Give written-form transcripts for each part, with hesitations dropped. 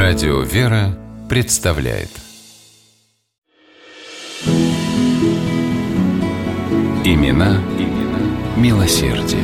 Радио «Вера» представляет Имена милосердия.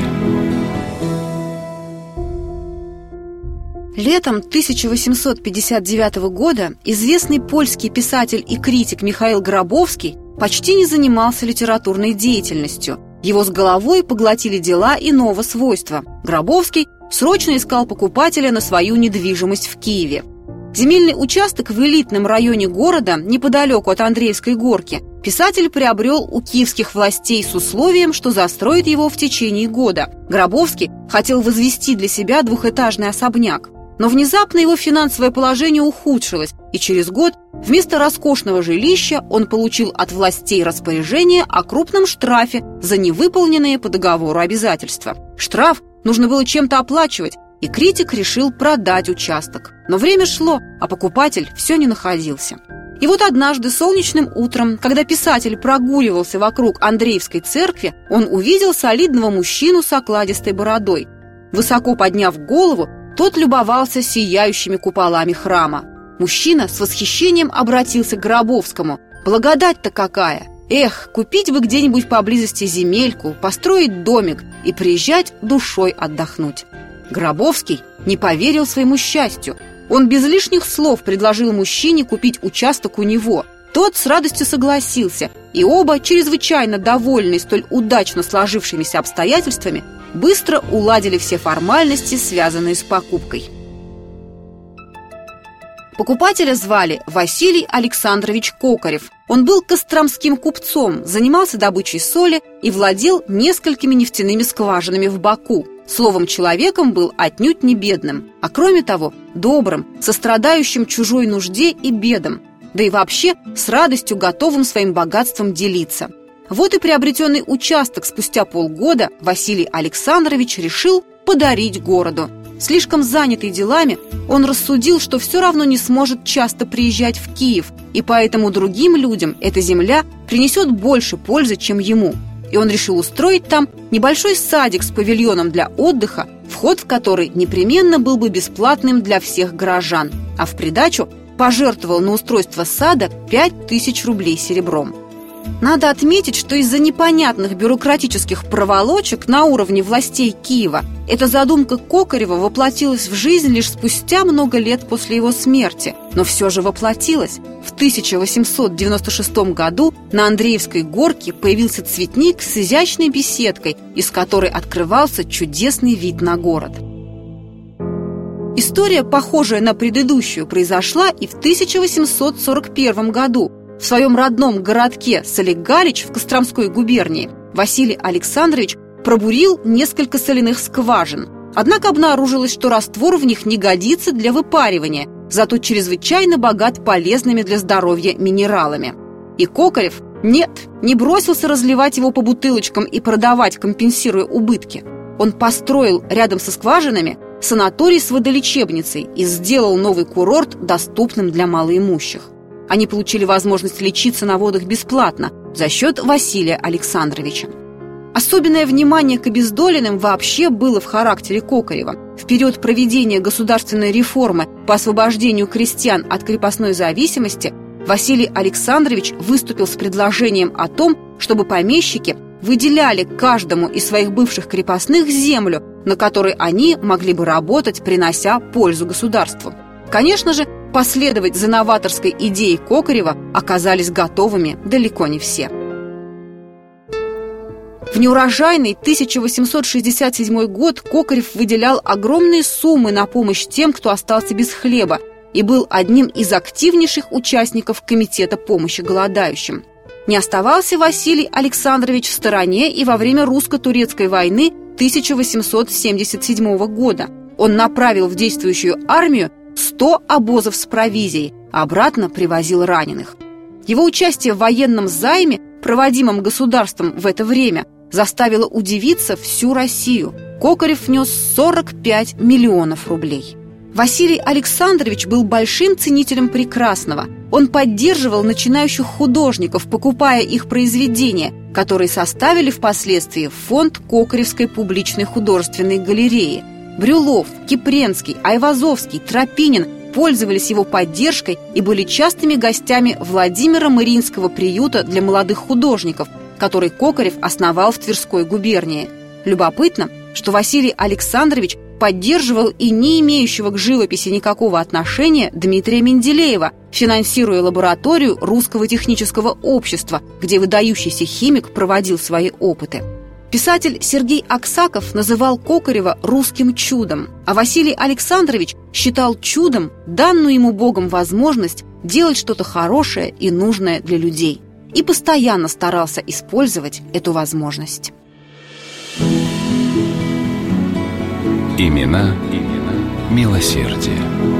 Летом 1859 года известный польский писатель и критик Михаил Гробовский почти не занимался литературной деятельностью. Его с головой поглотили дела иного свойства. Гробовский срочно искал покупателя на свою недвижимость в Киеве. Земельный участок в элитном районе города, неподалеку от Андреевской горки, писатель приобрел у киевских властей с условием, что застроит его в течение года. Гробовский хотел возвести для себя двухэтажный особняк. Но внезапно его финансовое положение ухудшилось, и через год вместо роскошного жилища он получил от властей распоряжение о крупном штрафе за невыполненные по договору обязательства. Штраф нужно было чем-то оплачивать, и критик решил продать участок. Но время шло, а покупатель все не находился. И вот однажды солнечным утром, когда писатель прогуливался вокруг Андреевской церкви, он увидел солидного мужчину с окладистой бородой. Высоко подняв голову, тот любовался сияющими куполами храма. Мужчина с восхищением обратился к Гробовскому. «Благодать-то какая! Эх, купить бы где-нибудь поблизости земельку, построить домик и приезжать душой отдохнуть». Гробовский не поверил своему счастью. Он без лишних слов предложил мужчине купить участок у него. Тот с радостью согласился, и оба, чрезвычайно довольные столь удачно сложившимися обстоятельствами, быстро уладили все формальности, связанные с покупкой. Покупателя звали Василий Александрович Кокарев. Он был костромским купцом, занимался добычей соли и владел несколькими нефтяными скважинами в Баку. Словом, человеком был отнюдь не бедным, а кроме того, добрым, сострадающим чужой нужде и бедам, да и вообще с радостью готовым своим богатством делиться. Вот и приобретенный участок спустя полгода Василий Александрович решил подарить городу. Слишком занятый делами, он рассудил, что все равно не сможет часто приезжать в Киев, и поэтому другим людям эта земля принесет больше пользы, чем ему. И он решил устроить там небольшой садик с павильоном для отдыха, вход в который непременно был бы бесплатным для всех горожан, а в придачу пожертвовал на устройство сада 5000 рублей серебром. Надо отметить, что из-за непонятных бюрократических проволочек на уровне властей Киева эта задумка Кокарева воплотилась в жизнь лишь спустя много лет после его смерти, но все же воплотилась. В 1896 году на Андреевской горке появился цветник с изящной беседкой, из которой открывался чудесный вид на город. История, похожая на предыдущую, произошла и в 1841 году. В своем родном городке Солигалич в Костромской губернии Василий Александрович пробурил несколько соляных скважин. Однако обнаружилось, что раствор в них не годится для выпаривания, зато чрезвычайно богат полезными для здоровья минералами. И Кокарев не бросился разливать его по бутылочкам и продавать, компенсируя убытки. Он построил рядом со скважинами санаторий с водолечебницей и сделал новый курорт доступным для малоимущих. Они получили возможность лечиться на водах бесплатно за счет Василия Александровича. Особенное внимание к обездоленным вообще было в характере Кокарева. В период проведения государственной реформы по освобождению крестьян от крепостной зависимости Василий Александрович выступил с предложением о том, чтобы помещики выделяли каждому из своих бывших крепостных землю, на которой они могли бы работать, принося пользу государству. Конечно же, последовать за новаторской идеей Кокарева оказались готовыми далеко не все. В неурожайный 1867 год Кокарев выделял огромные суммы на помощь тем, кто остался без хлеба, и был одним из активнейших участников Комитета помощи голодающим. Не оставался Василий Александрович в стороне и во время русско-турецкой войны 1877 года. Он направил в действующую армию 100 обозов с провизией, а обратно привозил раненых. Его участие в военном займе, проводимом государством в это время, заставило удивиться всю Россию. Кокарев внес 45 миллионов рублей. Василий Александрович был большим ценителем прекрасного. Он поддерживал начинающих художников, покупая их произведения, которые составили впоследствии фонд Кокаревской публичной художественной галереи. Брюлов, Кипренский, Айвазовский, Тропинин пользовались его поддержкой и были частыми гостями Владимира Мариинского приюта для молодых художников, который Кокорев основал в Тверской губернии. Любопытно, что Василий Александрович поддерживал и не имеющего к живописи никакого отношения Дмитрия Менделеева, финансируя лабораторию Русского технического общества, где выдающийся химик проводил свои опыты. Писатель Сергей Аксаков называл Кокорева русским чудом, а Василий Александрович считал чудом данную ему Богом возможность делать что-то хорошее и нужное для людей, и постоянно старался использовать эту возможность. Имена милосердия.